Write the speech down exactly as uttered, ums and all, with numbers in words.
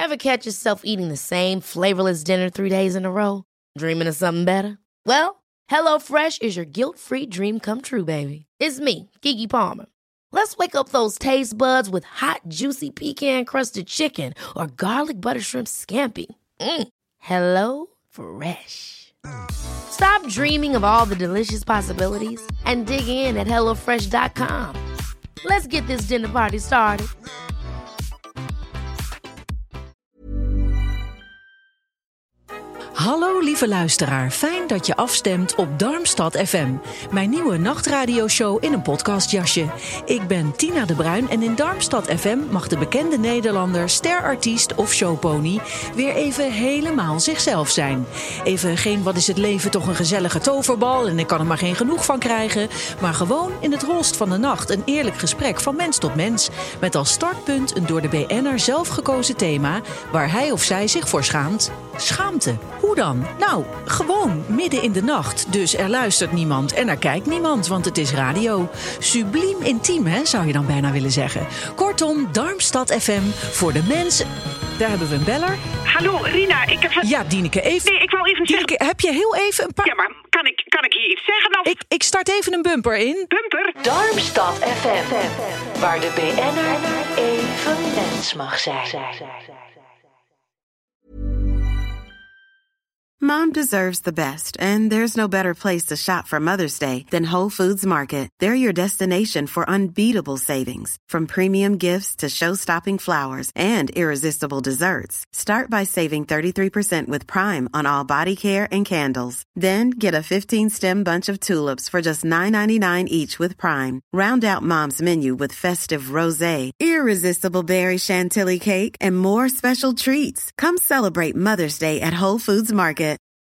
Ever catch yourself eating the same flavorless dinner three days in a row? Dreaming of something better? Well, HelloFresh is your guilt-free dream come true, baby. It's me, Keke Palmer. Let's wake up those taste buds with hot, juicy pecan-crusted chicken or garlic butter shrimp scampi. Mm. Hello Fresh. Stop dreaming of all the delicious possibilities and dig in at hello fresh dot com. Let's get this dinner party started. Hallo lieve luisteraar, fijn dat je afstemt op Darmstad F M. Mijn nieuwe nachtradioshow in een podcastjasje. Ik ben Tina de Bruin en in Darmstad F M mag de bekende Nederlander, sterartiest of showpony weer even helemaal zichzelf zijn. Even geen wat is het leven toch een gezellige toverbal en ik kan er maar geen genoeg van krijgen. Maar gewoon in het holst van de nacht een eerlijk gesprek van mens tot mens. Met als startpunt een door de B N'er zelf gekozen thema waar hij of zij zich voor schaamt. Schaamte. Hoe dan? Nou, gewoon midden in de nacht. Dus er luistert niemand en er kijkt niemand, want het is radio. Subliem intiem, hè, zou je dan bijna willen zeggen. Kortom, Darmstad F M voor de mensen. Daar hebben we een beller. Hallo, Rina, ik heb... Ja, Dieneke, even... Nee, ik wou even Dieneke, zeggen... heb je heel even een paar... Ja, maar kan ik, kan ik hier iets zeggen of... Ik, ik start even een bumper in. Bumper? Darmstad F M, waar de B N'er even mens mag zijn. Mom deserves the best, and there's no better place to shop for Mother's Day than Whole Foods Market. They're your destination for unbeatable savings, from premium gifts to show-stopping flowers and irresistible desserts. Start by saving thirty-three percent with Prime on all body care and candles. Then get a fifteen-stem bunch of tulips for just nine ninety-nine each with Prime. Round out Mom's menu with festive rosé, irresistible berry chantilly cake, and more special treats. Come celebrate Mother's Day at Whole Foods Market.